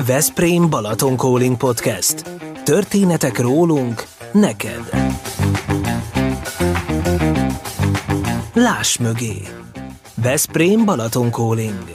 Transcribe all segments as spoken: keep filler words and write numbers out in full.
Veszprém Balaton Calling Podcast. Történetek rólunk, neked. Láss mögé. Veszprém Balaton Calling.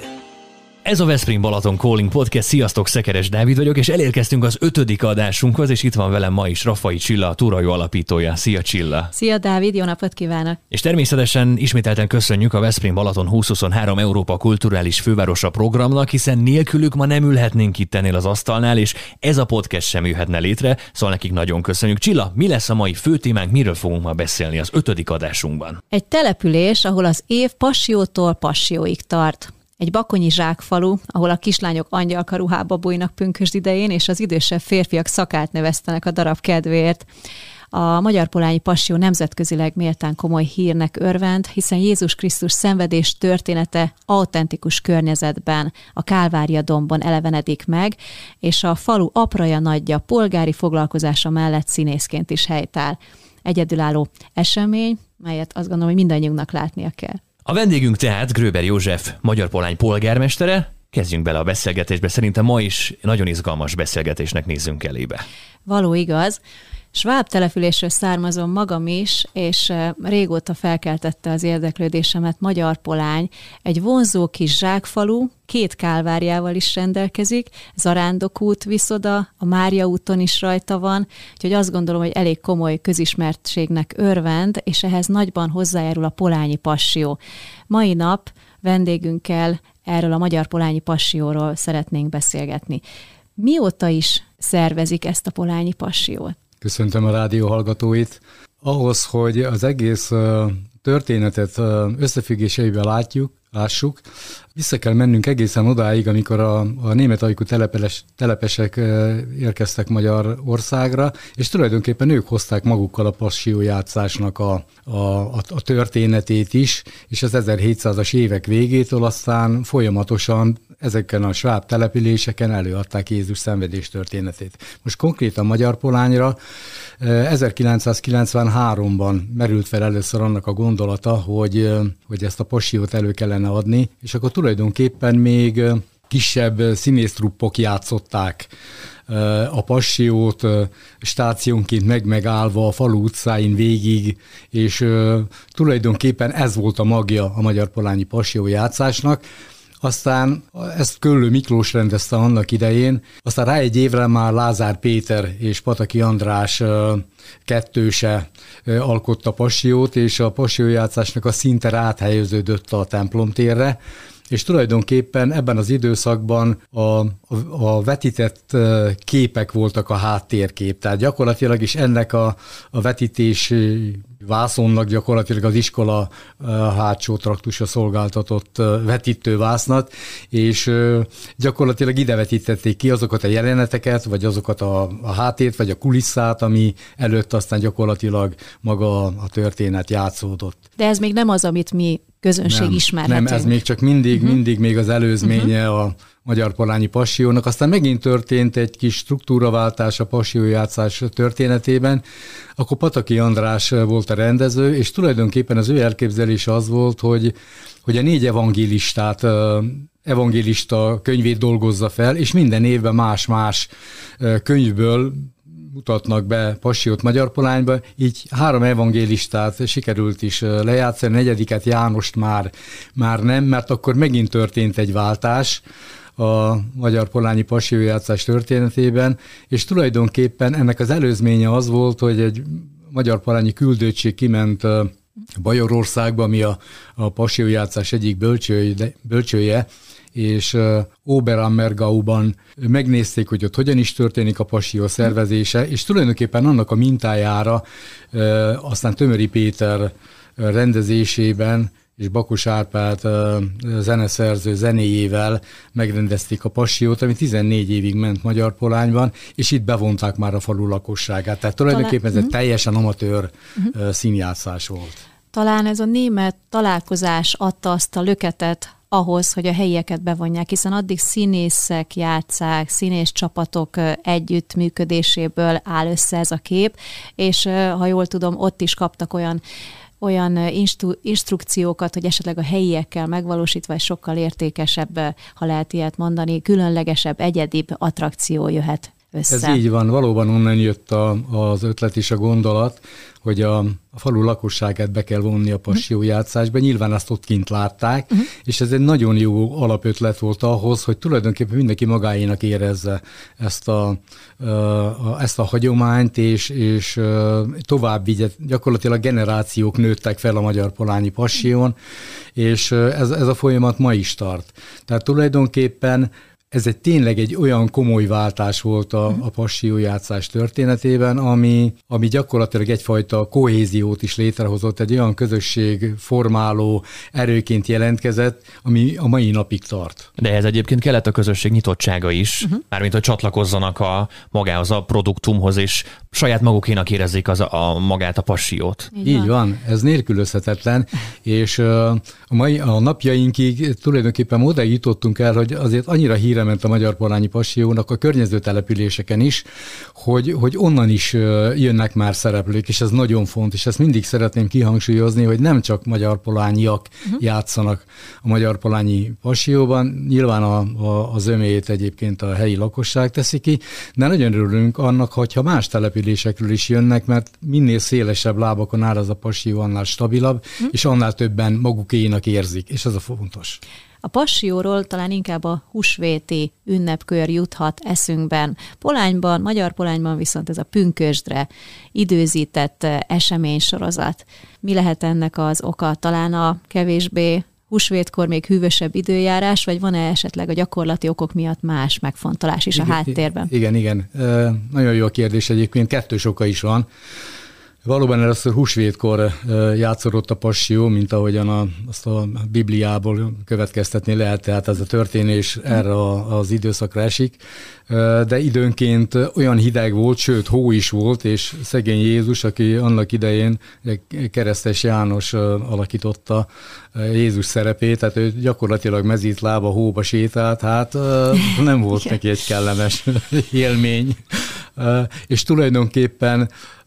Ez a Veszprém Balaton Calling Podcast. Sziasztok, Szekeres Dávid vagyok, és elérkeztünk az ötödik adásunkhoz, és itt van velem ma is Rafai Csilla, a Túrajó alapítója. Szia, Csilla! Szia, Dávid, jó napot kívánok! És természetesen ismételten köszönjük a Veszprém Balaton húsz-huszonhárom Európa Kulturális Fővárosa programnak, hiszen nélkülük ma nem ülhetnénk itt ennél az asztalnál, és ez a podcast sem jöhetne létre, szóval nekik nagyon köszönjük. Csilla, mi lesz a mai fő témánk, miről fogunk ma beszélni az ötödik adásunkban? Egy település, ahol az év Passiótól Passió-ig tart. Egy bakonyi zsákfalu, ahol a kislányok angyalka ruhába bújnak pünkösd idején, és az idősebb férfiak szakát növesztenek a darab kedvéért. A Magyar-Polányi Passió nemzetközileg méltán komoly hírnek örvend, hiszen Jézus Krisztus szenvedés története autentikus környezetben, a Kálvária dombon elevenedik meg, és a falu apraja nagyja polgári foglalkozása mellett színészként is helytáll. Egyedülálló esemény, melyet azt gondolom, hogy mindannyiunknak látnia kell. A vendégünk tehát Gröber József, Magyar-Polány polgármestere. Kezdjünk bele a beszélgetésbe. Szerintem ma is nagyon izgalmas beszélgetésnek nézzünk elébe. Való igaz. Sváb településről származom magam is, és régóta felkeltette az érdeklődésemet Magyar-Polány. Egy vonzó kis zsákfalu, két kálváriával is rendelkezik, Zarándokút visz oda, a Mária úton is rajta van, úgyhogy azt gondolom, hogy elég komoly közismertségnek örvend, és ehhez nagyban hozzájárul a polányi passió. Mai nap vendégünkkel erről a Magyar-Polányi Passióról szeretnénk beszélgetni. Mióta is szervezik ezt a polányi passiót? Köszöntöm a rádió hallgatóit. Ahhoz, hogy az egész történetet összefüggéseiben látjuk, lássuk, vissza kell mennünk egészen odáig, amikor a, a német ajkú telepes, telepesek érkeztek Magyarországra, és tulajdonképpen ők hozták magukkal a passiójátszásnak a, a, a történetét is, és az ezerhétszázas évek végétől aztán folyamatosan ezeken a sváb településeken előadták Jézus szenvedés történetét. Most konkrétan Magyar-Polányra ezerkilencszázkilencvenháromban merült fel először annak a gondolata, hogy, hogy ezt a passiót elő kellene adni, és akkor tulajdonképpen még kisebb színésztruppok játszották a passiót stációnként meg-megállva a falu utcáin végig, és tulajdonképpen ez volt a magja a Magyar-Polányi Passsió játszásnak. Aztán ezt Köllő Miklós rendezte annak idején, aztán rá egy évre már Lázár Péter és Pataki András kettőse alkotta a passiót, és a passiójátszásnak a szinte áthelyeződött a templomtérre, és tulajdonképpen ebben az időszakban a, a, a vetített képek voltak a háttérkép, tehát gyakorlatilag is ennek a, a vetítés vászonnak gyakorlatilag az iskola hátsó traktusa szolgáltatott vetítővásznat, és gyakorlatilag ide vetítették ki azokat a jeleneteket, vagy azokat a, a háttért, vagy a kulisszát, ami előtt aztán gyakorlatilag maga a történet játszódott. De ez még nem az, amit mi közönség nem, ismerhetünk. Nem, ez még csak mindig, uh-huh. mindig még az előzménye uh-huh. a Magyar-Polányi Passiónak. Aztán megint történt egy kis struktúraváltás a passiójátszás történetében. Akkor Pataki András volt a rendező, és tulajdonképpen az ő elképzelése az volt, hogy, hogy a négy evangélistát, evangélista könyvét dolgozza fel, és minden évben más-más könyvből mutatnak be passiót Magyar-Polányba, így három evangélistát sikerült is lejátszani, a negyediket Jánost már, már nem, mert akkor megint történt egy váltás a Magyar-Polányi passiójátszás történetében, és tulajdonképpen ennek az előzménye az volt, hogy egy magyar-polányi küldöttség kiment Bajorországba, ami a, a passiójátszás egyik bölcsője, bölcsője és Oberammergauban megnézték, hogy ott hogyan is történik a passió szervezése, és tulajdonképpen annak a mintájára aztán Tömöri Péter rendezésében és Bakos Árpád zeneszerző zenéjével megrendezték a passiót, ami tizennégy évig ment Magyar-Polányban, és itt bevonták már a falu lakosságát. Tehát tulajdonképpen ez egy teljesen amatőr uh-huh. színjátszás volt. Talán ez a német találkozás adta azt a löketet ahhoz, hogy a helyieket bevonják, hiszen addig színészek játsszák, színész csapatok együttműködéséből áll össze ez a kép, és ha jól tudom, ott is kaptak olyan olyan instru- instrukciókat, hogy esetleg a helyiekkel megvalósítva sokkal értékesebb, ha lehet ilyet mondani, különlegesebb, egyedibb attrakció jöhet össze. Ez így van, valóban onnan jött a, az ötlet és a gondolat, hogy a, a falu lakosságát be kell vonni a passiójátszásba. Nyilván azt ott kint látták, uh-huh. és ez egy nagyon jó alapötlet volt ahhoz, hogy tulajdonképpen mindenki magáénak érezze ezt a, a, ezt a hagyományt, és, és tovább vigye. Gyakorlatilag generációk nőttek fel a magyar-polányi passion, és ez, ez a folyamat ma is tart. Tehát tulajdonképpen ez egy tényleg egy olyan komoly váltás volt a, a passiójátszás történetében, ami, ami gyakorlatilag egyfajta kohéziót is létrehozott, egy olyan közösség formáló erőként jelentkezett, ami a mai napig tart. De ez egyébként kellett a közösség nyitottsága is, uh-huh. mármint hogy csatlakozzanak a magához a produktumhoz, és saját magukénak érezzék az a, a magát a passiót. Így, Így van. van, ez nélkülözhetetlen, és a, mai, a napjainkig tulajdonképpen oda jutottunk el, hogy azért annyira híre ment a magyar-polányi passiónak a környező településeken is, hogy, hogy onnan is jönnek már szereplők, és ez nagyon fontos, és ezt mindig szeretném kihangsúlyozni, hogy nem csak magyar-polányiak uh-huh. játszanak a magyar-polányi passióban, nyilván a, a, a zömét egyébként a helyi lakosság teszi ki, de nagyon örülünk annak, hogyha más településekről is jönnek, mert minél szélesebb lábakon áll az a passió, annál stabilabb, uh-huh. és annál többen magukénak érzik, és ez a fontos. A passióról talán inkább a húsvéti ünnepkör juthat eszünkben. Polányban, magyar Polányban viszont ez a pünkösdre időzített eseménysorozat. Mi lehet ennek az oka? Talán a kevésbé húsvétkor még hűvösebb időjárás, vagy van-e esetleg a gyakorlati okok miatt más megfontolás is igen, a háttérben? Igen, igen. E, nagyon jó a kérdés egyébként, kettős oka is van. Valóban először húsvétkor játszódott a passió, mint ahogyan a, azt a Bibliából következtetni lehet, tehát ez a történés erre az időszakra esik, de időnként olyan hideg volt, sőt hó is volt, és szegény Jézus, aki annak idején Keresztes János alakította Jézus szerepét, tehát ő gyakorlatilag mezít lába hóba sétált, hát nem volt neki egy kellemes élmény, és tulajdonképpen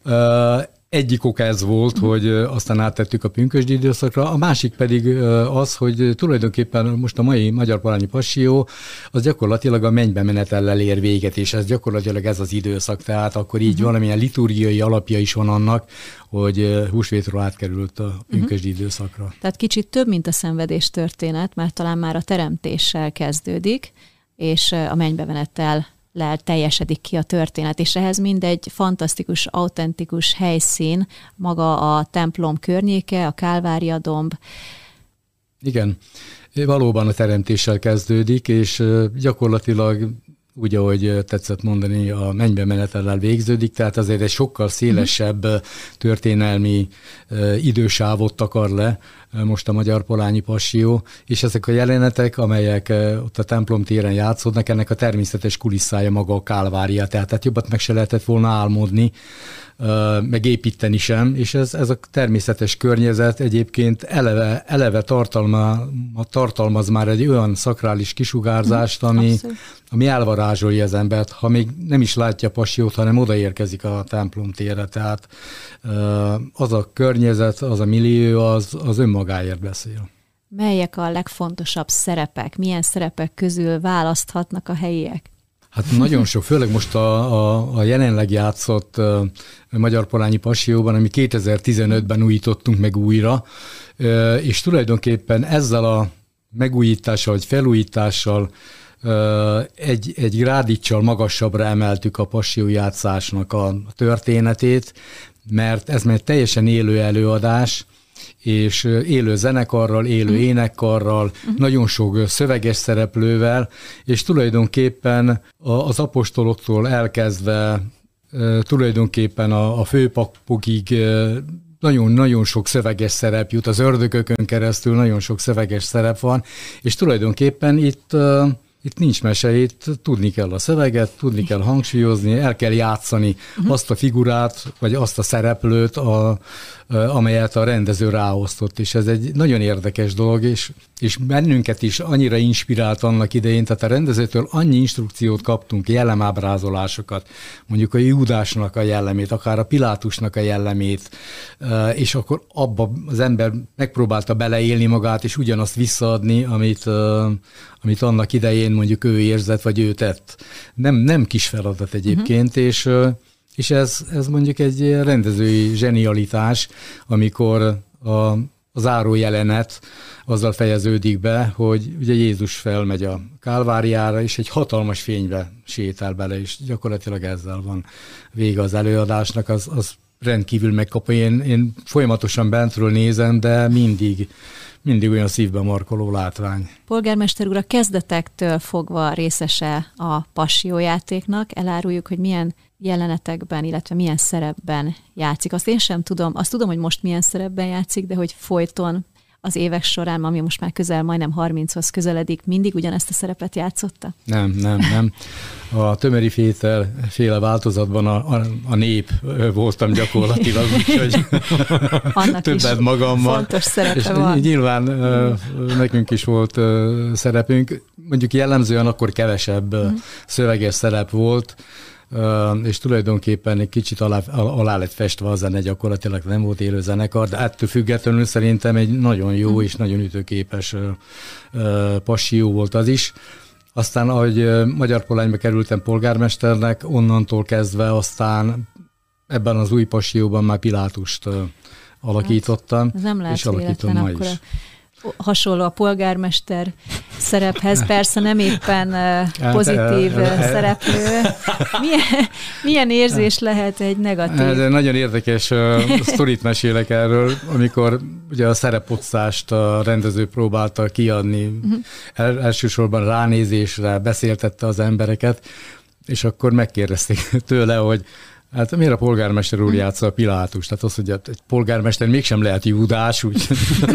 egyik ok ez volt, hogy aztán áttettük a pünkösdi időszakra, a másik pedig az, hogy tulajdonképpen most a mai magyar-polányi passió az gyakorlatilag a mennybe menetellel ér véget, és ez gyakorlatilag ez az időszak, tehát akkor így uh-huh. valamilyen liturgiai alapja is van annak, hogy húsvétről átkerült a pünkösdi uh-huh. időszakra. Tehát kicsit több, mint a szenvedés történet, mert talán már a teremtéssel kezdődik, és a mennybemenettel lel teljesedik ki a történet, és ehhez mindegy fantasztikus, autentikus helyszín, maga a templom környéke, a Kálvária domb. Igen, valóban a teremtéssel kezdődik, és gyakorlatilag úgy, ahogy tetszett mondani, a mennybe menetellel végződik, tehát azért egy sokkal szélesebb történelmi idősávot akar le most a magyar-polányi passió, és ezek a jelenetek, amelyek ott a templom téren játszódnak, ennek a természetes kulisszája maga a Kálvária, tehát, tehát jobbat meg se lehetett volna álmodni, meg építeni sem, és ez, ez a természetes környezet egyébként eleve, eleve tartalma, tartalmaz már egy olyan szakrális kisugárzást, ami, ami elvarázsolja az embert, ha még nem is látja a passiót, hanem odaérkezik a templom térre, tehát az a környezet, az a millió, az, az önmagáért beszél. Melyek a legfontosabb szerepek? Milyen szerepek közül választhatnak a helyiek? Hát nagyon sok, főleg most a, a, a jelenleg játszott uh, magyar-polányi passióban, ami kétezer-tizenötben újítottunk meg újra, uh, és tulajdonképpen ezzel a megújítással, vagy felújítással uh, egy, egy grádicsal magasabbra emeltük a passiójátszásnak a történetét, mert ez már teljesen élő előadás, és élő zenekarral, élő énekkarral, uh-huh. nagyon sok szöveges szereplővel, és tulajdonképpen az apostoloktól elkezdve tulajdonképpen a, a főpapokig nagyon-nagyon sok szöveges szerep jut, az ördögökön keresztül nagyon sok szöveges szerep van, és tulajdonképpen itt Itt nincs mese, itt tudni kell a szöveget, tudni kell hangsúlyozni, el kell játszani uh-huh. azt a figurát, vagy azt a szereplőt, a, amelyet a rendező ráosztott, és ez egy nagyon érdekes dolog, és, és bennünket is annyira inspirált annak idején, tehát a rendezőtől annyi instrukciót kaptunk, jellemábrázolásokat, mondjuk a Júdásnak a jellemét, akár a Pilátusnak a jellemét, és akkor abba az ember megpróbálta beleélni magát, és ugyanazt visszaadni, amit, amit annak idején mondjuk ő érzett, vagy ő tett. Nem, nem kis feladat egyébként, uh-huh. és És ez, ez mondjuk egy rendezői zsenialitás, amikor a, a záró jelenet azzal fejeződik be, hogy ugye Jézus felmegy a Kálváriára, és egy hatalmas fénybe sétál bele, és gyakorlatilag ezzel van vége az előadásnak, az, az rendkívül megkapja. Én, én folyamatosan bentről nézem, de mindig, mindig olyan szívbe markoló látvány. Polgármester úr, a kezdetektől fogva részese a Passió-játéknak, eláruljuk, hogy milyen jelenetekben, illetve milyen szerepben játszik. Azt én sem tudom, azt tudom, hogy most milyen szerepben játszik, de hogy folyton az évek során, ami most már közel, majdnem harminchoz közeledik, mindig ugyanezt a szerepet játszotta? Nem, nem, nem. A Tömöri Fétel féle változatban a, a, a nép voltam gyakorlatilag, úgyhogy többet magammal. Fontos szerepe és van. Nyilván nekünk is volt szerepünk, mondjuk jellemzően akkor kevesebb mm. szöveges szerep volt, Uh, és tulajdonképpen egy kicsit alá, alá lett festve a zene, gyakorlatilag nem volt élő zenekar, de ettől függetlenül szerintem egy nagyon jó mm. és nagyon ütőképes uh, uh, Passió volt az is. Aztán, ahogy uh, Magyarpolányba kerültem polgármesternek, onnantól kezdve aztán ebben az új Pascióban már Pilátust uh, alakítottam, hát, nem és alakítom ma is. Hasonló a polgármester szerephez, persze nem éppen pozitív szereplő. Milyen, milyen érzés lehet egy negatív? Ez nagyon érdekes sztorit mesélek erről, amikor ugye a szereposztást a rendező próbálta kiadni, uh-huh. El, elsősorban ránézésre beszéltette az embereket, és akkor megkérdezték tőle, hogy hát miért a polgármester úr játsza a Pilátust? Tehát az, hogy egy polgármester mégsem lehet Júdás, úgy.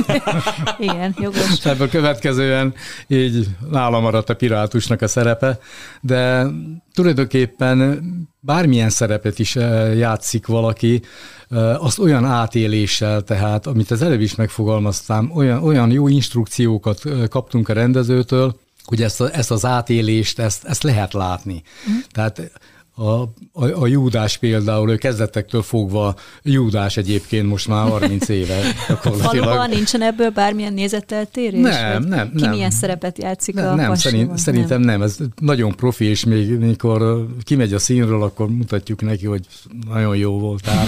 Igen, jogos. Ebből következően így nála maradt a Pilátusnak a szerepe, de tulajdonképpen bármilyen szerepet is játszik valaki, azt olyan átéléssel, tehát amit az előbb is megfogalmaztam, olyan, olyan jó instrukciókat kaptunk a rendezőtől, hogy ezt, a, ezt az átélést, ezt, ezt lehet látni. Mm. Tehát A, a, a Júdás például, ő kezdetektől fogva, Júdás egyébként most már harminc éve. Valóban nincsen ebből bármilyen nézeteltérés? Nem, nem. Ki nem. milyen szerepet játszik nem, a nem, Pascióban? Szerintem nem. Ez nagyon profi, és még mikor kimegy a színről, akkor mutatjuk neki, hogy nagyon jó voltál.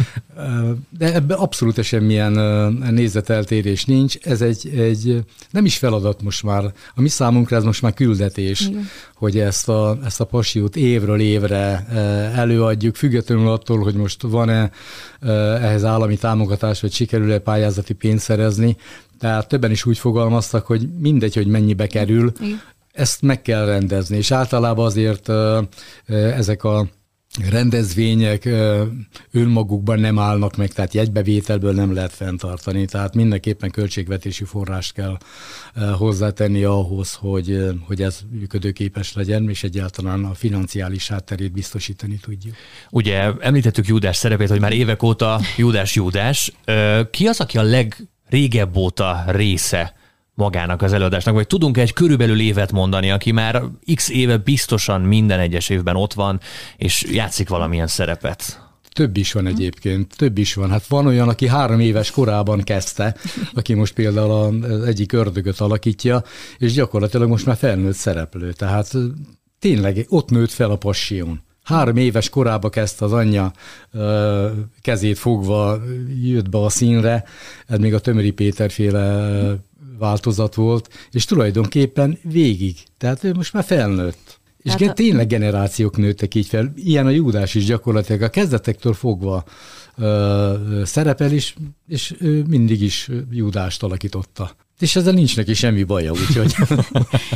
De ebben abszolút semmilyen nézeteltérés nincs. Ez egy, egy nem is feladat most már. A mi számunkra ez most már küldetés, igen. hogy ezt a, ezt a Pasjót évről évre előadjuk, függetlenül attól, hogy most van-e ehhez állami támogatás, vagy sikerül-e pályázati pénzt szerezni. Tehát többen is úgy fogalmaztak, hogy mindegy, hogy mennyibe kerül, igen. ezt meg kell rendezni. És általában azért ezek a rendezvények önmagukban nem állnak meg, tehát jegybevételből nem lehet fenntartani, tehát mindenképpen költségvetési forrást kell hozzátenni ahhoz, hogy, hogy ez működőképes legyen, és egyáltalán a financiális hátterét biztosítani tudjuk. Ugye említettük Júdás szerepét, hogy már évek óta Júdás Júdás. Ki az, aki a legrégebb óta része magának az előadásnak, vagy tudunk egy körülbelül évet mondani, aki már x éve biztosan minden egyes évben ott van, és játszik valamilyen szerepet? Több is van egyébként, több is van. Hát van olyan, aki három éves korában kezdte, aki most például az egyik ördögöt alakítja, és gyakorlatilag most már felnőtt szereplő. Tehát tényleg ott nőtt fel a Passion. Három éves korába kezdte az anyja kezét fogva, jött be a színre, ez még a Tömöri Péter féle változat volt, és tulajdonképpen végig. Tehát ő most már felnőtt. És hát a... tényleg generációk nőttek így fel. Ilyen a Júdás is gyakorlatilag a kezdetektől fogva ö, szerepel is, és ő mindig is Júdást alakította. És ezzel nincs neki semmi baja, úgyhogy...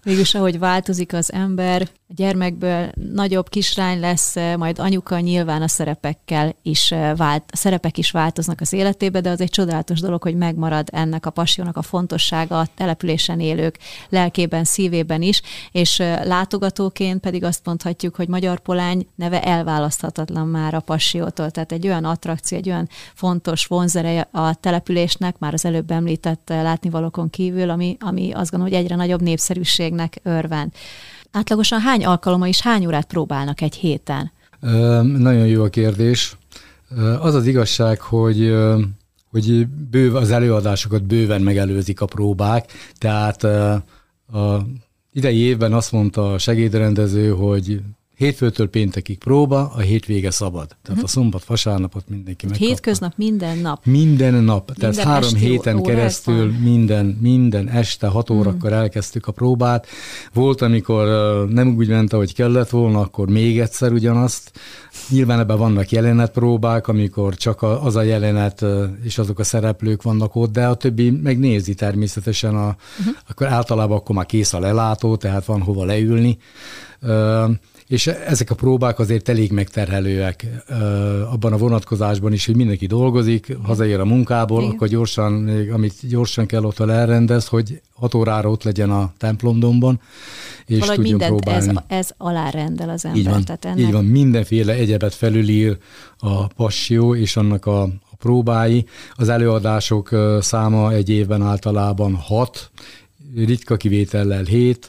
Végülis, ahogy változik az ember, a gyermekből nagyobb kislány lesz, majd anyuka, nyilván a szerepekkel is vált, a szerepek is változnak az életébe, de az egy csodálatos dolog, hogy megmarad ennek a passiónak a fontossága a településen élők lelkében, szívében is, és látogatóként pedig azt mondhatjuk, hogy Magyar Polány neve elválaszthatatlan már a passiótól, tehát egy olyan attrakció, egy olyan fontos vonzereje a településnek, már az előbb említett látnivalókon kívül, ami, ami azt gondolom, hogy egyre nagyobb népszerűségnek örvend. Átlagosan hány alkalommal és hány órát próbálnak egy héten? Ö, nagyon jó a kérdés. Az az igazság, hogy, hogy bőv, az előadásokat bőven megelőzik a próbák, tehát a idei évben azt mondta a segédrendező, hogy hétfőtől péntekig próba, a hétvége szabad. Tehát uh-huh. a szombat, vasárnapot mindenki megkapta. Hétköznap minden nap? Minden nap. Minden tehát három héten órát keresztül minden, minden este hat órakor uh-huh. elkezdtük a próbát. Volt, amikor nem úgy ment, ahogy kellett volna, akkor még egyszer ugyanazt. Nyilván ebben vannak jelenetpróbák, amikor csak az a jelenet és azok a szereplők vannak ott, de a többi megnézi természetesen, a, uh-huh. akkor általában akkor már kész a lelátó, tehát van hova leülni. És ezek a próbák azért elég megterhelőek abban a vonatkozásban is, hogy mindenki dolgozik, hazaér a munkából, igen. akkor gyorsan, még amit gyorsan kell ott elrendez, hogy hat órára ott legyen a templomdomban, és valahogy tudjon próbálni. Ez, ez alárendel az ember. Így van, tehát ennek... így van, mindenféle egyebet felülír a passzió és annak a, a próbái. Az előadások száma egy évben általában hat, ritka kivétellel hét,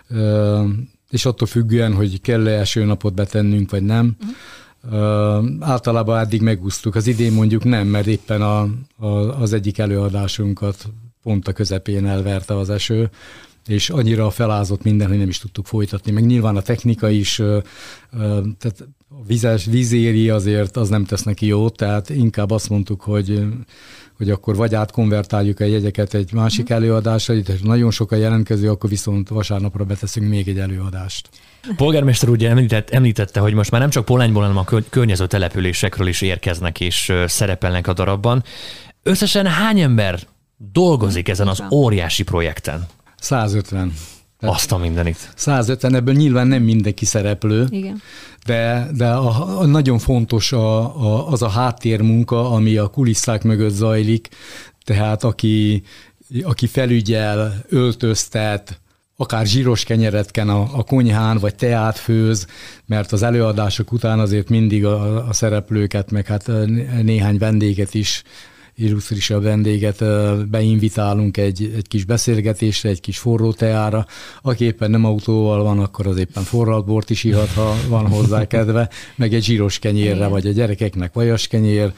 és attól függően, hogy kell-e első napot betennünk, vagy nem. Uh-huh. Uh, általában eddig megúsztuk. Az idén mondjuk nem, mert éppen a, a, az egyik előadásunkat pont a közepén elverte az eső, és annyira felázott minden, hogy nem is tudtuk folytatni. Meg nyilván a technika is, uh, uh, tehát a vízes, vízéri azért az nem tesz neki jót, tehát inkább azt mondtuk, hogy hogy akkor vagy átkonvertáljuk a jegyeket egy másik mm. előadásra, és nagyon sok a jelentkező, akkor viszont vasárnapra beteszünk még egy előadást. A polgármester ugye említett, említette, hogy most már nem csak Polányból, hanem a környező településekről is érkeznek és szerepelnek a darabban. Összesen hány ember dolgozik ezen az óriási projekten? százötven. Azt a mindenit. százötven, ebből nyilván nem mindenki szereplő, igen. de, de a, a nagyon fontos a, a, az a háttérmunka, ami a kulisszák mögött zajlik, tehát aki, aki felügyel, öltöztet, akár zsíros kenyeret ken a, a konyhán, vagy teát főz, mert az előadások után azért mindig a, a szereplőket, meg hát néhány vendéget is, illusztrisabb vendéget beinvitálunk egy, egy kis beszélgetésre, egy kis forró teára. Aki éppen nem autóval van, akkor az éppen forralt bort is ihat, ha van hozzá kedve, meg egy zsíros kenyérre, igen. vagy a gyerekeknek vajas kenyér.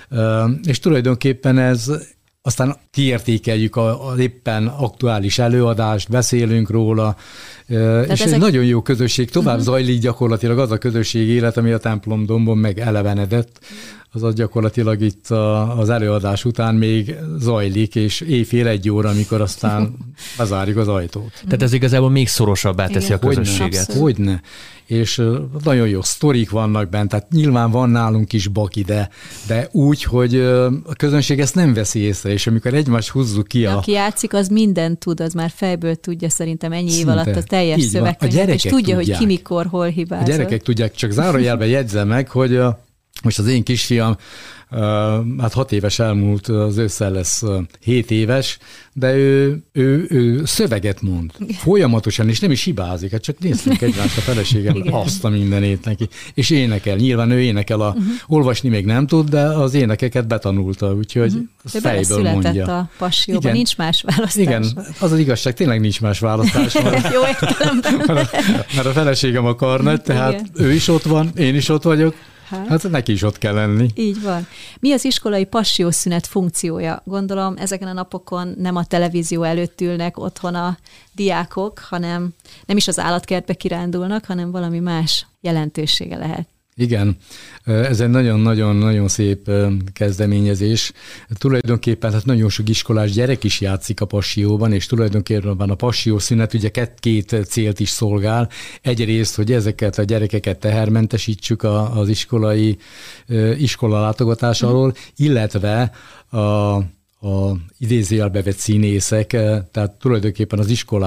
És tulajdonképpen ez, aztán kiértékeljük az éppen aktuális előadást, beszélünk róla, tehát és ezek... egy nagyon jó közösség, tovább uh-huh. zajlik gyakorlatilag az a közösség élet, ami a templomdombon meg elevenedett, azaz gyakorlatilag itt a, az előadás után még zajlik, és éjfél egy óra, amikor aztán bezárjuk az ajtót. Tehát ez igazából még szorosabbá teszi igen. a közösséget. Hogyne, hogyne. És nagyon jó sztorik vannak bent, tehát nyilván van nálunk is baki, de, de úgy, hogy a közönség ezt nem veszi észre, és amikor egymást húzzuk ki a... Aki játszik, az mindent tud, az már fejből tudja szerintem ennyi év alatt a teljes szövegkönyvet, és tudja, tudják. hogy ki mikor, hol hibázott. A gyerekek tudják, csak zárójelben jegyzem meg, hogy a, most az én kisfiam Uh, hát hat éves elmúlt, az ősszel lesz uh, hét éves, de ő, ő, ő szöveget mond. Folyamatosan, és nem is hibázik, hát csak nézzünk egymást a feleségem, azt a mindenét neki. És énekel, nyilván ő énekel, a, uh-huh. olvasni még nem tud, de az énekeket betanulta, úgyhogy uh-huh. fejből mondja. A passióban, igen. nincs más választás. Igen, az az igazság, tényleg nincs más választás. Mert, Jó értelemben. Mert, mert a feleségem a karnagy, tehát igen. ő is ott van, én is ott vagyok. Hát, hát neki is ott kell lenni. Így van. Mi az iskolai passiószünet funkciója? Gondolom ezeken a napokon nem a televízió előtt ülnek otthon a diákok, hanem nem is az állatkertbe kirándulnak, hanem valami más jelentősége lehet. Igen, ez egy nagyon-nagyon-nagyon szép kezdeményezés. Tulajdonképpen hát nagyon sok iskolás gyerek is játszik a passióban, és tulajdonképpen a passiószünet ugye két célt is szolgál. Egyrészt, hogy ezeket a gyerekeket tehermentesítsük az iskolai iskola látogatás alól, illetve a a idézőjelbe vett színészek, tehát tulajdonképpen az iskolát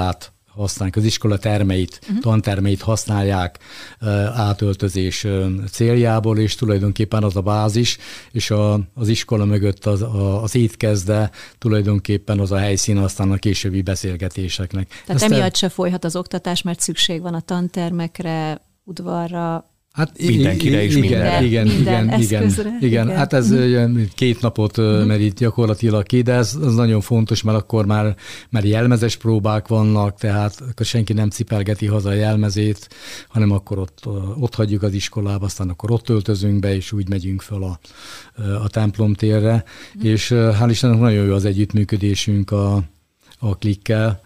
használják, az iskola termeit, uh-huh. tantermeit használják átöltözés céljából, és tulajdonképpen az a bázis, és a, az iskola mögött az, a, az étkezde tulajdonképpen az a helyszín aztán a későbbi beszélgetéseknek. Tehát Ezt emiatt se folyhat az oktatás, mert szükség van a tantermekre, udvarra, Hát mindenkire is igen, minden. Igen, minden igen, igen, igen, igen. Hát ez uh-huh. két napot uh-huh. merít gyakorlatilag ki, de ez az nagyon fontos, mert akkor már, már jelmezes próbák vannak, tehát akkor senki nem cipelgeti haza a jelmezét, hanem akkor ott, ott hagyjuk az iskolába, aztán akkor ott öltözünk be, és úgy megyünk föl a, a templomtérre, uh-huh. és hál' Istennek nagyon jó az együttműködésünk a, a klikkel,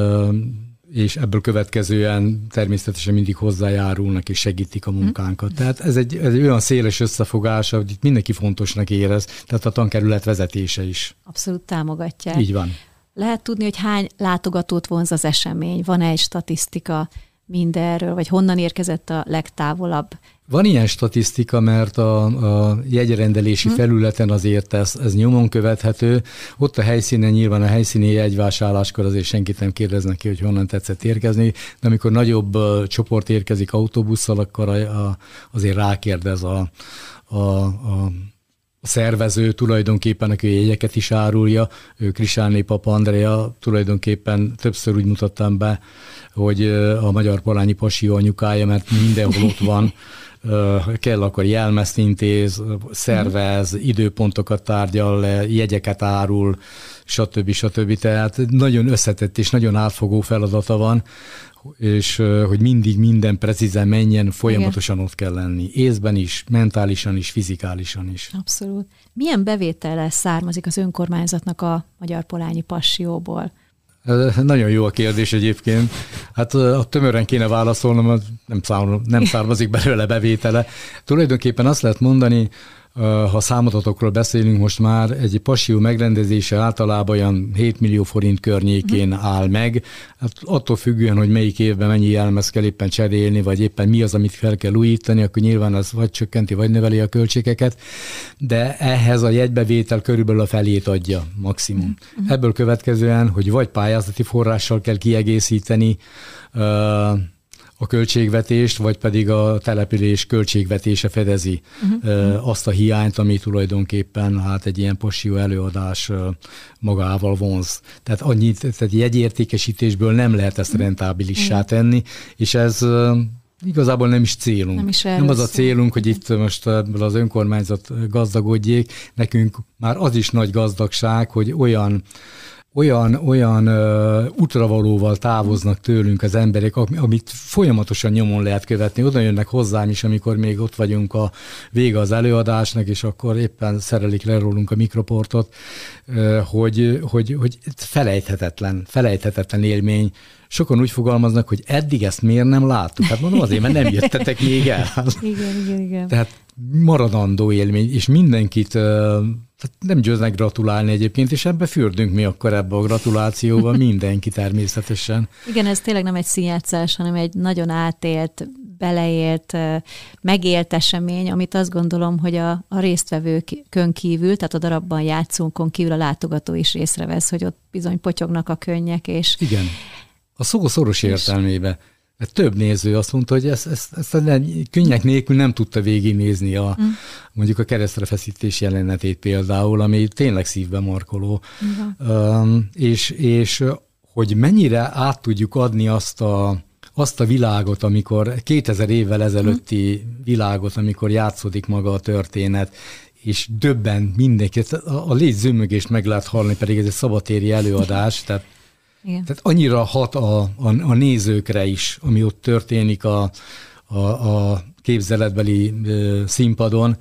és ebből következően természetesen mindig hozzájárulnak és segítik a munkánkat. Tehát ez egy, ez egy olyan széles összefogás, hogy itt mindenki fontosnak érez, tehát a tankerület vezetése is. Abszolút támogatják. Így van. Lehet tudni, hogy hány látogatót vonz az esemény? Van-e egy statisztika mindenről, vagy honnan érkezett a legtávolabb? Van ilyen statisztika, mert a, a jegyrendelési hmm. felületen azért ez, ez nyomon követhető. Ott a helyszínen nyilván a helyszíni jegyvásárláskor azért senkit nem kérdeznek ki, hogy honnan tetszett érkezni, de amikor nagyobb uh, csoport érkezik autóbusszal, akkor a, a, azért rákérdez a, a, a A szervező tulajdonképpen, aki a jegyeket is árulja, ő Krisálné Papa Andrea, tulajdonképpen többször úgy mutattam be, hogy a Magyar Palányi Passió anyukája, mert mindenhol ott van, kell, akkor jelmezt intéz, szervez, időpontokat tárgyal le, jegyeket árul, stb. stb. Tehát nagyon összetett és nagyon átfogó feladata van, és hogy mindig minden precízen menjen, folyamatosan Igen. ott kell lenni. Észben is, mentálisan is, fizikálisan is. Abszolút. Milyen bevétele származik az önkormányzatnak a Magyar Polányi Passióból? Nagyon jó a kérdés egyébként. Hát a tömören kéne válaszolnom, nem, szám, nem származik belőle bevétele. Tulajdonképpen azt lehet mondani, ha számadatokról beszélünk most már, egy passió megrendezése általában olyan hét millió forint környékén uh-huh. áll meg. Hát attól függően, hogy melyik évben mennyi jelmez kell éppen cserélni, vagy éppen mi az, amit fel kell újítani, akkor nyilván az vagy csökkenti, vagy növeli a költségeket, de ehhez a jegybevétel körülbelül a felét adja maximum. Uh-huh. Ebből következően, hogy vagy pályázati forrással kell kiegészíteni a költségvetést, vagy pedig a település költségvetése fedezi uh-huh. azt a hiányt, ami tulajdonképpen hát egy ilyen passió előadás magával vonz. Tehát annyit, tehát jegyértékesítésből nem lehet ezt rentábilissá uh-huh. tenni, és ez igazából nem is célunk. Nem, is nem az a célunk, hogy itt most ebből az önkormányzat gazdagodjék, nekünk már az is nagy gazdagság, hogy olyan olyan, olyan uh, útravalóval távoznak tőlünk az emberek, amit folyamatosan nyomon lehet követni. Oda jönnek hozzám is, amikor még ott vagyunk a vége az előadásnak, és akkor éppen szerelik le rólunk a mikroportot, uh, hogy, hogy, hogy felejthetetlen, felejthetetlen élmény. Sokan úgy fogalmaznak, hogy eddig ezt miért nem láttuk. Hát mondom azért, mert nem jöttetek még el. Igen, igen, igen. Tehát maradandó élmény, és mindenkit tehát nem győznek gratulálni egyébként, és ebbe fürdünk mi akkor ebbe a gratulációba, mindenki természetesen. Igen, ez tényleg nem egy színjátszás, hanem egy nagyon átélt, beleélt, megélt esemény, amit azt gondolom, hogy a, a résztvevőkön kívül, tehát a darabban játszónkon kívül a látogató is észrevesz, hogy ott bizony potyognak a könnyek, és... Igen, a szó szoros értelmébe. Több néző azt mondta, hogy ezt, ezt, ezt a könnyek nélkül nem tudta végignézni a, mm. mondjuk a keresztrefeszítés jelenetét például, ami tényleg szívbe markoló. Mm. Um, és, és hogy mennyire át tudjuk adni azt a, azt a világot, amikor kétezer évvel ezelőtti mm. világot, amikor játszódik maga a történet, és döbben mindenki. A, a légy zömmögést meg lehet hallani, pedig ez egy szabadtéri előadás, tehát Igen. Tehát annyira hat a, a, a nézőkre is, ami ott történik a, a, a képzeletbeli ö, színpadon,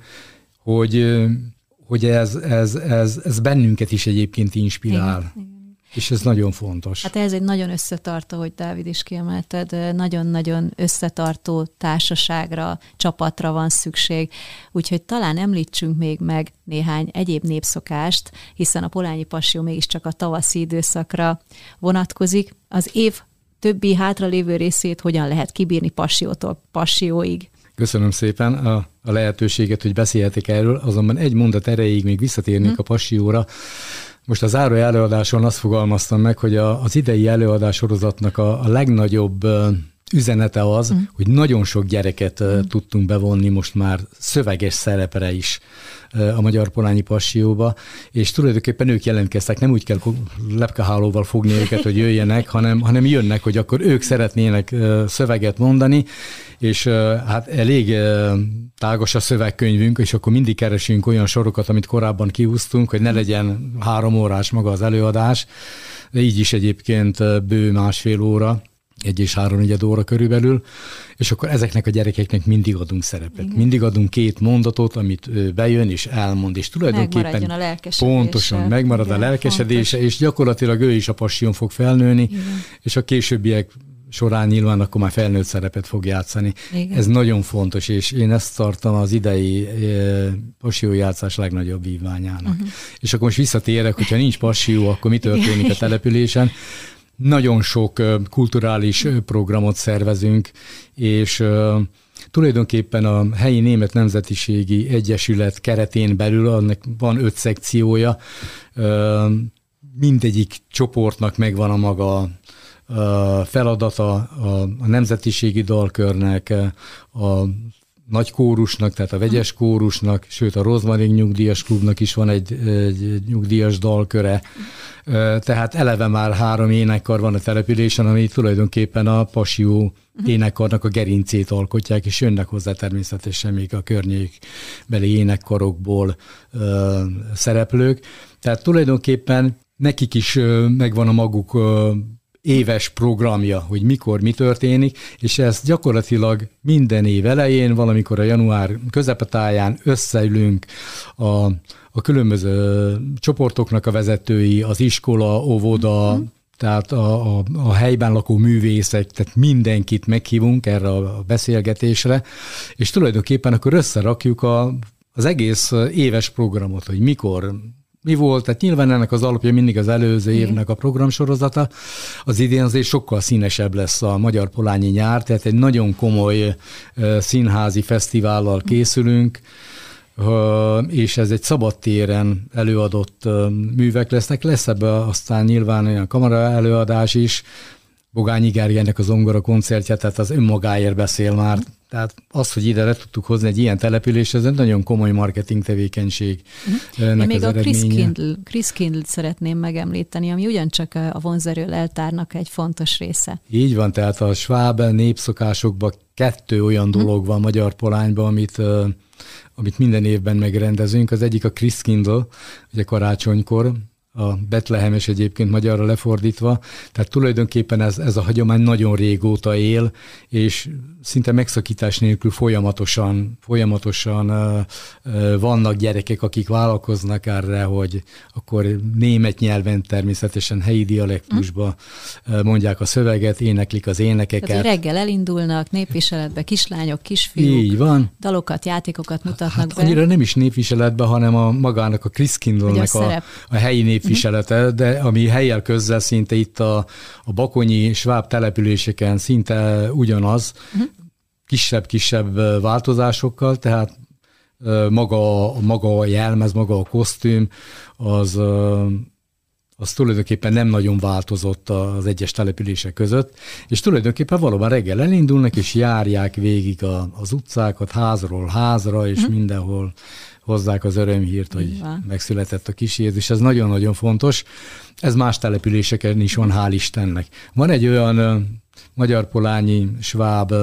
hogy, hogy ez, ez, ez, ez bennünket is egyébként inspirál. Igen. És ez nagyon fontos. Hát ez egy nagyon összetartó, hogy Dávid is kiemelted, nagyon-nagyon összetartó társaságra, csapatra van szükség. Úgyhogy talán említsünk még meg néhány egyéb népszokást, hiszen a Polányi Passió mégiscsak a tavaszi időszakra vonatkozik. Az év többi hátralévő részét hogyan lehet kibírni Passiótól Passióig? Köszönöm szépen a, a lehetőséget, hogy beszélhetek erről, azonban egy mondat erejéig még visszatérnék hmm. a Passióra. Most az záró előadáson azt fogalmaztam meg, hogy a, az idei előadássorozatnak a, a legnagyobb üzenete az, mm. hogy nagyon sok gyereket mm. tudtunk bevonni most már szöveges szerepre is a Magyar Polányi Passióba, és tulajdonképpen ők jelentkeztek, nem úgy kell lepkehálóval fogni őket, hogy jöjjenek, hanem, hanem jönnek, hogy akkor ők szeretnének szöveget mondani, és hát elég tágos a szövegkönyvünk, és akkor mindig keresünk olyan sorokat, amit korábban kihúztunk, hogy ne legyen három órás maga az előadás, de így is egyébként bő másfél óra, egy és háromnegyed óra körülbelül, és akkor ezeknek a gyerekeknek mindig adunk szerepet. Igen. Mindig adunk két mondatot, amit ő bejön és elmond, és tulajdonképpen a lelkesedése. Pontosan, megmarad igen, a lelkesedése, fontos. És gyakorlatilag ő is a passion fog felnőni, igen. és a későbbiek során nyilván akkor már felnőtt szerepet fog játszani. Igen. Ez nagyon fontos, és én ezt tartom az idei passiójátszás legnagyobb vívmányának. Uh-huh. És akkor most visszatérek, hogyha nincs passió, akkor mi történik a településen? Nagyon sok kulturális programot szervezünk, és tulajdonképpen a helyi német nemzetiségi egyesület keretén belül annak van öt szekciója. Mindegyik csoportnak megvan a maga feladata, a nemzetiségi dalkörnek, a nagy kórusnak, tehát a vegyes kórusnak, sőt a Rozmarin nyugdíjas klubnak is van egy, egy nyugdíjas dalköre. Tehát eleve már három énekkar van a településen, ami tulajdonképpen a Passió énekkarnak a gerincét alkotják, és jönnek hozzá természetesen még a környékbeli énekkarokból ö, szereplők. Tehát tulajdonképpen nekik is ö, megvan a maguk ö, éves programja, hogy mikor mi történik, és ez gyakorlatilag minden év elején, valamikor a január közepetáján összeülünk a, a különböző csoportoknak a vezetői, az iskola, óvoda, mm-hmm. tehát a, a, a helyben lakó művészek, tehát mindenkit meghívunk erre a beszélgetésre, és tulajdonképpen akkor összerakjuk a, az egész éves programot, hogy mikor mi volt, tehát nyilván ennek az alapja mindig az előző évnek a programsorozata. Az idén azért sokkal színesebb lesz a Magyar Polányi Nyár, tehát egy nagyon komoly színházi fesztivállal készülünk, és ez egy szabadtéren előadott művek lesznek. Lesz ebben aztán nyilván olyan kamara előadás is, Bogányi Gergelynek a zongora koncertje, tehát az önmagáért beszél már. Tehát az, hogy ide le tudtuk hozni egy ilyen település, ez egy nagyon komoly marketing tevékenység. Uh-huh. Én még a Christkindl, Christkindl-t szeretném megemlíteni, ami ugyancsak a vonzerő leltárnak egy fontos része. Így van, tehát a sváb népszokásokban kettő olyan dolog uh-huh. van Magyar Polányban, amit, amit minden évben megrendezünk. Az egyik a Christkindl, ugye karácsonykor, a betlehemes egyébként magyarra lefordítva, tehát tulajdonképpen ez, ez a hagyomány nagyon régóta él, és szinte megszakítás nélkül folyamatosan, folyamatosan uh, uh, vannak gyerekek, akik vállalkoznak erre, hogy akkor német nyelven természetesen helyi dialektusba uh, mondják a szöveget, éneklik az énekeket. Tehát reggel elindulnak, népviseletbe kislányok, kisfiúk, így van. Dalokat, játékokat mutatnak hát be. Annyira nem is népviseletbe, hanem a magának a Christkindlnek a, a, a helyi népviselete, uh-huh. de ami helyjel közzel szinte itt a, a bakonyi sváb településeken szinte ugyanaz, uh-huh. kisebb-kisebb változásokkal, tehát maga, maga a jelmez, maga a kosztüm, az, az tulajdonképpen nem nagyon változott az egyes települések között, és tulajdonképpen valóban reggel elindulnak, és járják végig a, az utcákat, házról házra, és hmm. mindenhol hozzák az örömhírt, hogy Igen. megszületett a kis Jézus. Ez nagyon-nagyon fontos. Ez más településeken is van, hál' Istennek. Van egy olyan magyar-polányi sváb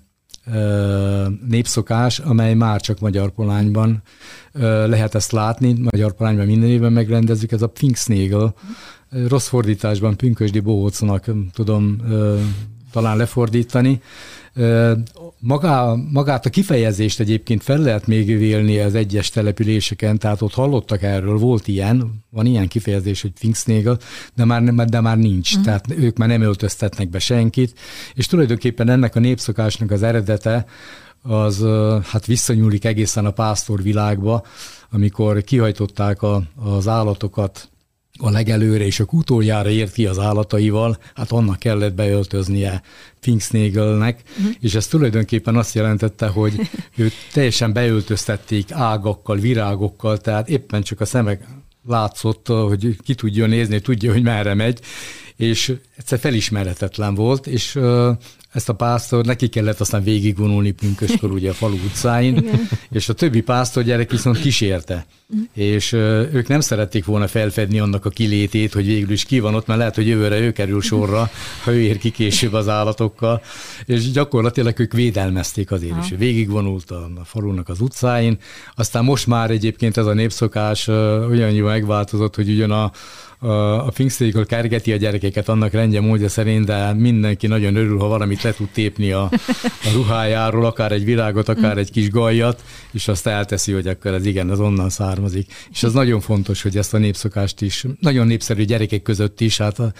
népszokás, amely már csak Magyar-Polányban lehet ezt látni. Magyar-Polányban minden évben megrendezzük, ez a Pfingstnägel. Rossz fordításban pünkösdi bohócnak tudom talán lefordítani. Magá, magát a kifejezést egyébként fel lehet még vélni az egyes településeken, tehát ott hallottak erről, volt ilyen, van ilyen kifejezés, hogy Pfingstnägel, de már, de már nincs, uh-huh. tehát ők már nem öltöztetnek be senkit, és tulajdonképpen ennek a népszokásnak az eredete az hát visszanyúlik egészen a pásztorvilágba, amikor kihajtották a, az állatokat a legelőre, és a utoljára ért ki az állataival, hát annak kellett beöltöznie Pfingstnägelnek, uh-huh. és ez tulajdonképpen azt jelentette, hogy őt teljesen beöltöztették ágakkal, virágokkal, tehát éppen csak a szemek látszott, hogy ki tudja nézni, tudja, hogy merre megy, és egyszer felismerhetetlen volt, és ezt a pásztor, neki kellett aztán végigvonulni pünköskor ugye a falu utcáin, igen. És a többi pásztor gyerek viszont kísérte. Mm. És ők nem szerették volna felfedni annak a kilétét, hogy végül is ki van ott, mert lehet, hogy jövőre ő kerül sorra, ha ő ér ki később az állatokkal, és gyakorlatilag ők védelmezték azért is. Végigvonult a, a falunak az utcáin, aztán most már egyébként ez a népszokás olyan jól megváltozott, hogy ugyan a a Pfingstjékor kergeti a gyerekeket annak rendje módja szerint, de mindenki nagyon örül, ha valamit le tud tépni a, a ruhájáról, akár egy virágot, akár egy kis gajat, és azt elteszi, hogy akkor ez igen, az onnan származik. És az nagyon fontos, hogy ezt a népszokást is, nagyon népszerű gyerekek között is, hát a,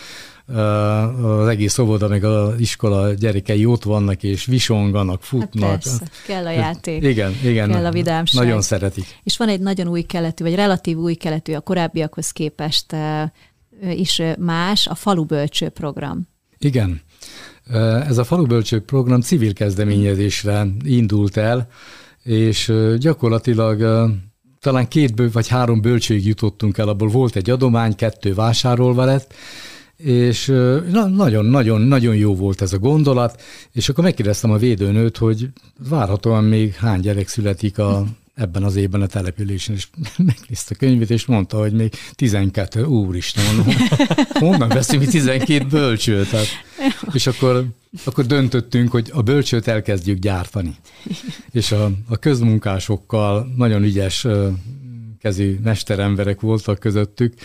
az egész óvoda, meg az iskola gyerekei ott vannak, és visonganak, futnak. Hát persze, kell a játék. Igen, igen. Kell a vidámság. Nagyon szeretik. És van egy nagyon új keletű, vagy relatív új keletű, a korábbiakhoz képest is más, a falubölcső program. Igen. Ez a falubölcső program civil kezdeményezésre indult el, és gyakorlatilag talán két vagy három bölcsőig jutottunk el, abból volt egy adomány, kettő vásárolva lett, és nagyon-nagyon-nagyon jó volt ez a gondolat, és akkor megkérdeztem a védőnőt, hogy várhatóan még hány gyerek születik a, ebben az évben a településen, és megnézte a könyvét, és mondta, hogy még tizenkettő, úristen, mondom, honnan veszünk mi tizenkét bölcsőt? Hát, és akkor, akkor döntöttünk, hogy a bölcsőt elkezdjük gyártani. És a, a közmunkásokkal nagyon ügyes kezű mesteremberek voltak közöttük,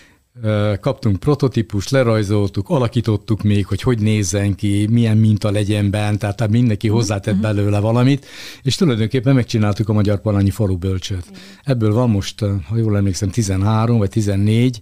kaptunk prototípust, lerajzoltuk, alakítottuk még, hogy hogy nézzen ki, milyen minta legyen bent, tehát mindenki hozzátett belőle valamit, és tulajdonképpen megcsináltuk a Magyar Palányi falu bölcsőt. Ebből van most, ha jól emlékszem, tizenhárom vagy tizennégy,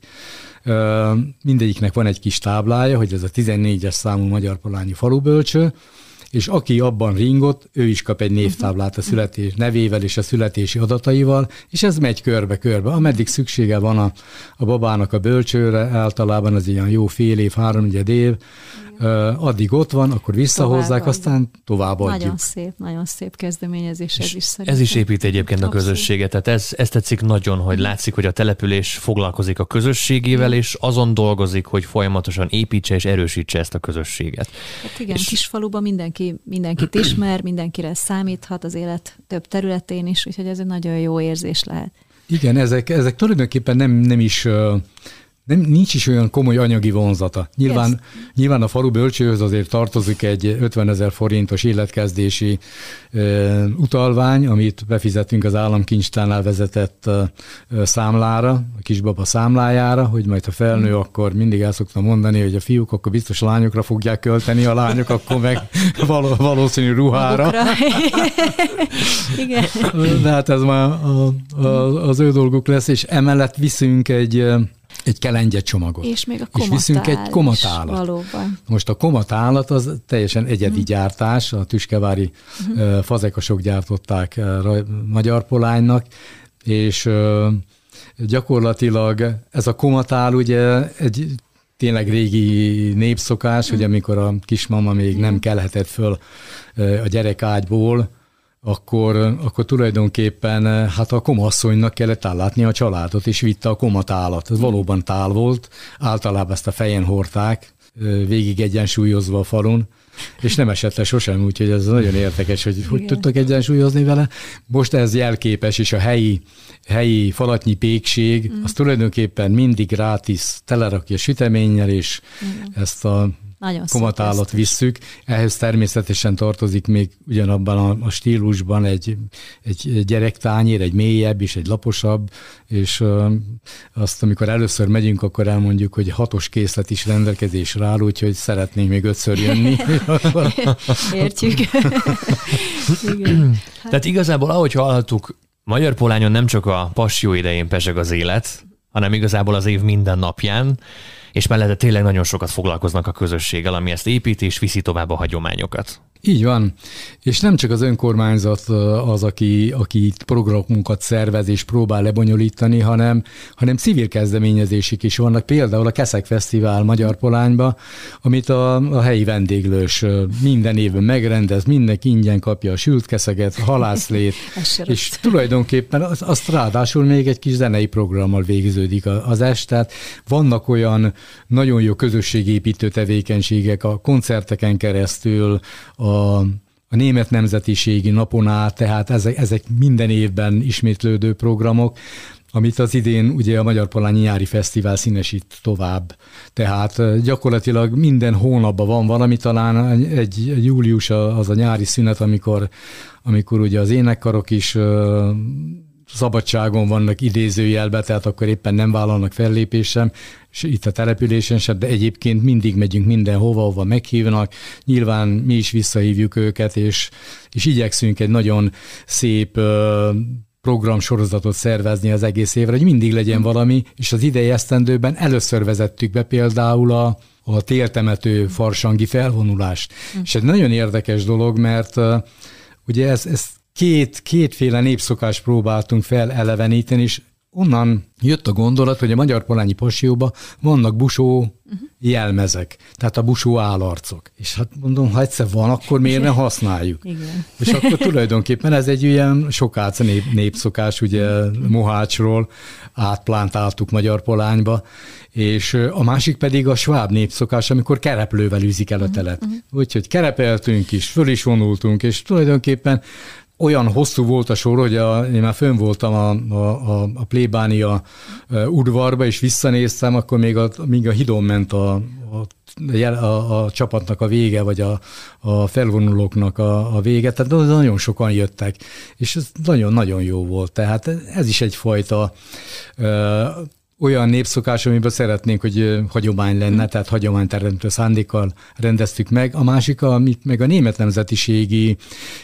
mindegyiknek van egy kis táblája, hogy ez a tizennégyes számú Magyar Palányi falu bölcső, és aki abban ringott, ő is kap egy névtáblát a születés nevével és a születési adataival, és ez megy körbe-körbe. Ameddig szüksége van a, a babának a bölcsőre, általában az ilyen jó fél év, háromnegyed év, addig ott van, akkor visszahozzák, aztán továbbadjuk. Nagyon szép, nagyon szép kezdeményezés ez is szerintem. Ez is épít egyébként a közösséget, tehát ez, ez tetszik nagyon, hogy látszik, hogy a település foglalkozik a közösségével, és azon dolgozik, hogy folyamatosan építse és erősítse ezt a közösséget. Hát igen, és... kisfaluban mindenki, mindenkit ismer, mindenkire számíthat az élet több területén is, úgyhogy ez egy nagyon jó érzés lehet. Igen, ezek, ezek tulajdonképpen nem, nem is... Nem, nincs is olyan komoly anyagi vonzata. Nyilván, yes. nyilván a falu bölcsőhöz azért tartozik egy ötvenezer forintos életkezdési e, utalvány, amit befizetünk az államkincstárnál vezetett e, számlára, a kisbaba számlájára, hogy majd ha felnő, akkor mindig el szoktam mondani, hogy a fiúk akkor biztos lányokra fogják költeni, a lányok akkor meg való, valószínű ruhára. Igen. De hát ez már a, a, az ő dolguk lesz, és emellett viszünk egy egy kelengye csomagot. És még a komatál. És viszünk egy komatálat. Valóban. Most a komatálat az teljesen egyedi mm. gyártás, a tüskevári mm-hmm. fazekosok gyártották Magyar Polánynak, és gyakorlatilag ez a komatál ugye egy tényleg régi népszokás, mm. hogy amikor a kismama még mm. nem kelhetett föl a gyerekágyból, Akkor, akkor tulajdonképpen hát a komasszonynak kellett ellátni a családot, és vitte a komatálat. Ez valóban tál volt, általában ezt a fejen hordták, végig egyensúlyozva a falun, és nem esett le sosem, úgyhogy ez nagyon érdekes, hogy hogy tudtak egyensúlyozni vele. Most ez jelképes, és a helyi, helyi falatnyi pékség, mm. az tulajdonképpen mindig gratis telerakja süteménnyel, és mm. ezt a nagyon komatálat visszük. Ehhez természetesen tartozik még ugyanabban a, a stílusban egy, egy gyerektányér, egy mélyebb és egy laposabb, és uh, azt, amikor először megyünk, akkor elmondjuk, hogy hatos készlet is rendelkezésre áll, úgyhogy szeretnénk még ötször jönni. Értjük. Igen. Tehát igazából, ahogy hallhattuk, Magyar Polányon nem csak a passió idején pezseg az élet, hanem igazából az év minden napján, és mellette tényleg nagyon sokat foglalkoznak a közösséggel, ami ezt épít és viszi tovább a hagyományokat. Így van. És nem csak az önkormányzat az, aki, aki itt programunkat szervez és próbál lebonyolítani, hanem, hanem civil kezdeményezések is vannak. Például a Keszek Fesztivál Magyarpolányba, amit a, a helyi vendéglős minden évben megrendez, mindenki ingyen kapja a sült keszeget, halászlét, és tulajdonképpen az, azt ráadásul még egy kis zenei programmal végződik az est. Tehát vannak olyan nagyon jó közösségépítő tevékenységek a koncerteken keresztül, a a német nemzetiségi napon át, tehát ezek, ezek minden évben ismétlődő programok, amit az idén ugye a Magyarpolányi Nyári Fesztivál színesít tovább. Tehát gyakorlatilag minden hónapban van valami, talán egy, egy július az a nyári szünet, amikor, amikor ugye az énekkarok is szabadságon vannak idézőjelben, tehát akkor éppen nem vállalnak fellépést sem, és itt a településen sem, de egyébként mindig megyünk mindenhova, hova meghívnak. Nyilván mi is visszahívjuk őket, és, és igyekszünk egy nagyon szép programsorozatot szervezni az egész évre, hogy mindig legyen valami, és az idei esztendőben először vezettük be például a, a téltemető farsangi felvonulást. Mm. És ez nagyon érdekes dolog, mert uh, ugye ez, ez két, kétféle népszokást próbáltunk feleleveníteni, és onnan jött a gondolat, hogy a Magyarpolányi Passióban vannak busó uh-huh. jelmezek, tehát a busó állarcok. És hát mondom, ha egyszer van, akkor miért ne használjuk? Igen. És akkor tulajdonképpen ez egy ilyen sokác nép, népszokás, ugye Mohácsról átplántáltuk Magyarpolányba, és a másik pedig a sváb népszokás, amikor kereplővel űzik el a telet. Uh-huh. Úgyhogy kerepeltünk is, föl is vonultunk, és tulajdonképpen olyan hosszú volt a sor, hogy a, én már fönn voltam a, a, a plébánia udvarba, és visszanéztem, akkor még a, még a hidon ment a, a, a, a csapatnak a vége, vagy a, a felvonulóknak a, a vége, tehát nagyon sokan jöttek, és ez nagyon-nagyon jó volt. Tehát ez is egyfajta ö, olyan népszokás, amiből szeretnénk, hogy hagyomány lenne, tehát hagyományteremtő szándékkal rendeztük meg. A másik, amit meg a Német Nemzetiségi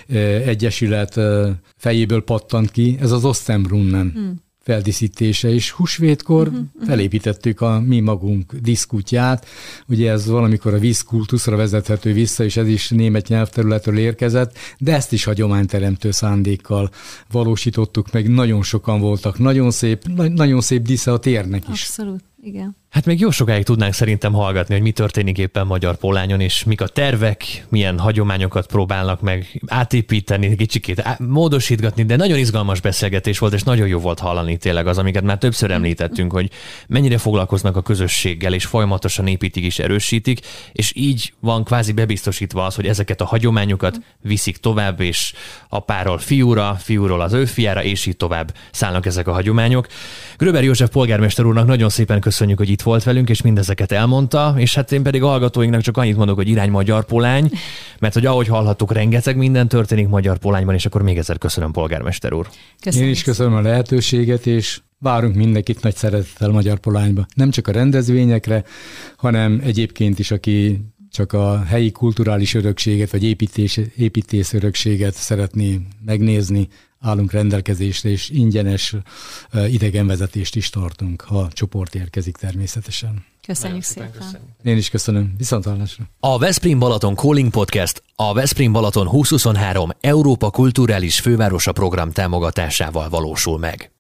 Egyesület fejéből pattant ki, ez az Ostembrunnen hmm. feldíszítése, és húsvétkor uh-huh, uh-huh. felépítettük a mi magunk diszkutyát. Ugye ez valamikor a vízkultuszra vezethető vissza, és ez is német nyelvterületről érkezett, de ezt is hagyományteremtő szándékkal valósítottuk meg. Nagyon sokan voltak, nagyon szép, nagyon szép dísze a térnek is. Abszolút, igen. Hát még jó sokáig tudnánk szerintem hallgatni, hogy mi történik éppen Magyarpolányon, és mik a tervek, milyen hagyományokat próbálnak meg átépíteni, kicsikét á, módosítgatni, de nagyon izgalmas beszélgetés volt, és nagyon jó volt hallani tényleg az, amiket már többször említettünk, hogy mennyire foglalkoznak a közösséggel, és folyamatosan építik és erősítik, és így van kvázi bebiztosítva az, hogy ezeket a hagyományokat viszik tovább, és apáról fiúra, fiúról az ő fiára, és így tovább szállnak ezek a hagyományok. Gröber József polgármester úrnak nagyon szépen köszönjük, hogy itt volt velünk, és mindezeket elmondta, és hát én pedig a hallgatóinknak csak annyit mondok, hogy irány Magyarpolány, mert hogy ahogy hallhattuk, rengeteg minden történik Magyarpolányban, és akkor még egyszer köszönöm, polgármester úr. Köszönöm. Én is köszönöm a lehetőséget, és várunk mindenkit nagy szeretettel Magyarpolányba. Nem csak a rendezvényekre, hanem egyébként is, aki csak a helyi kulturális örökséget, vagy építés, építész örökséget szeretné megnézni, állunk rendelkezésre, és ingyenes idegenvezetést is tartunk, ha a csoport érkezik természetesen. Köszönjük szépen. szépen. Én is köszönöm. Viszonthallásra. A Veszprém Balaton Calling Podcast a Veszprém Balaton húsz huszonhárom Európa Kulturális Fővárosa program támogatásával valósul meg.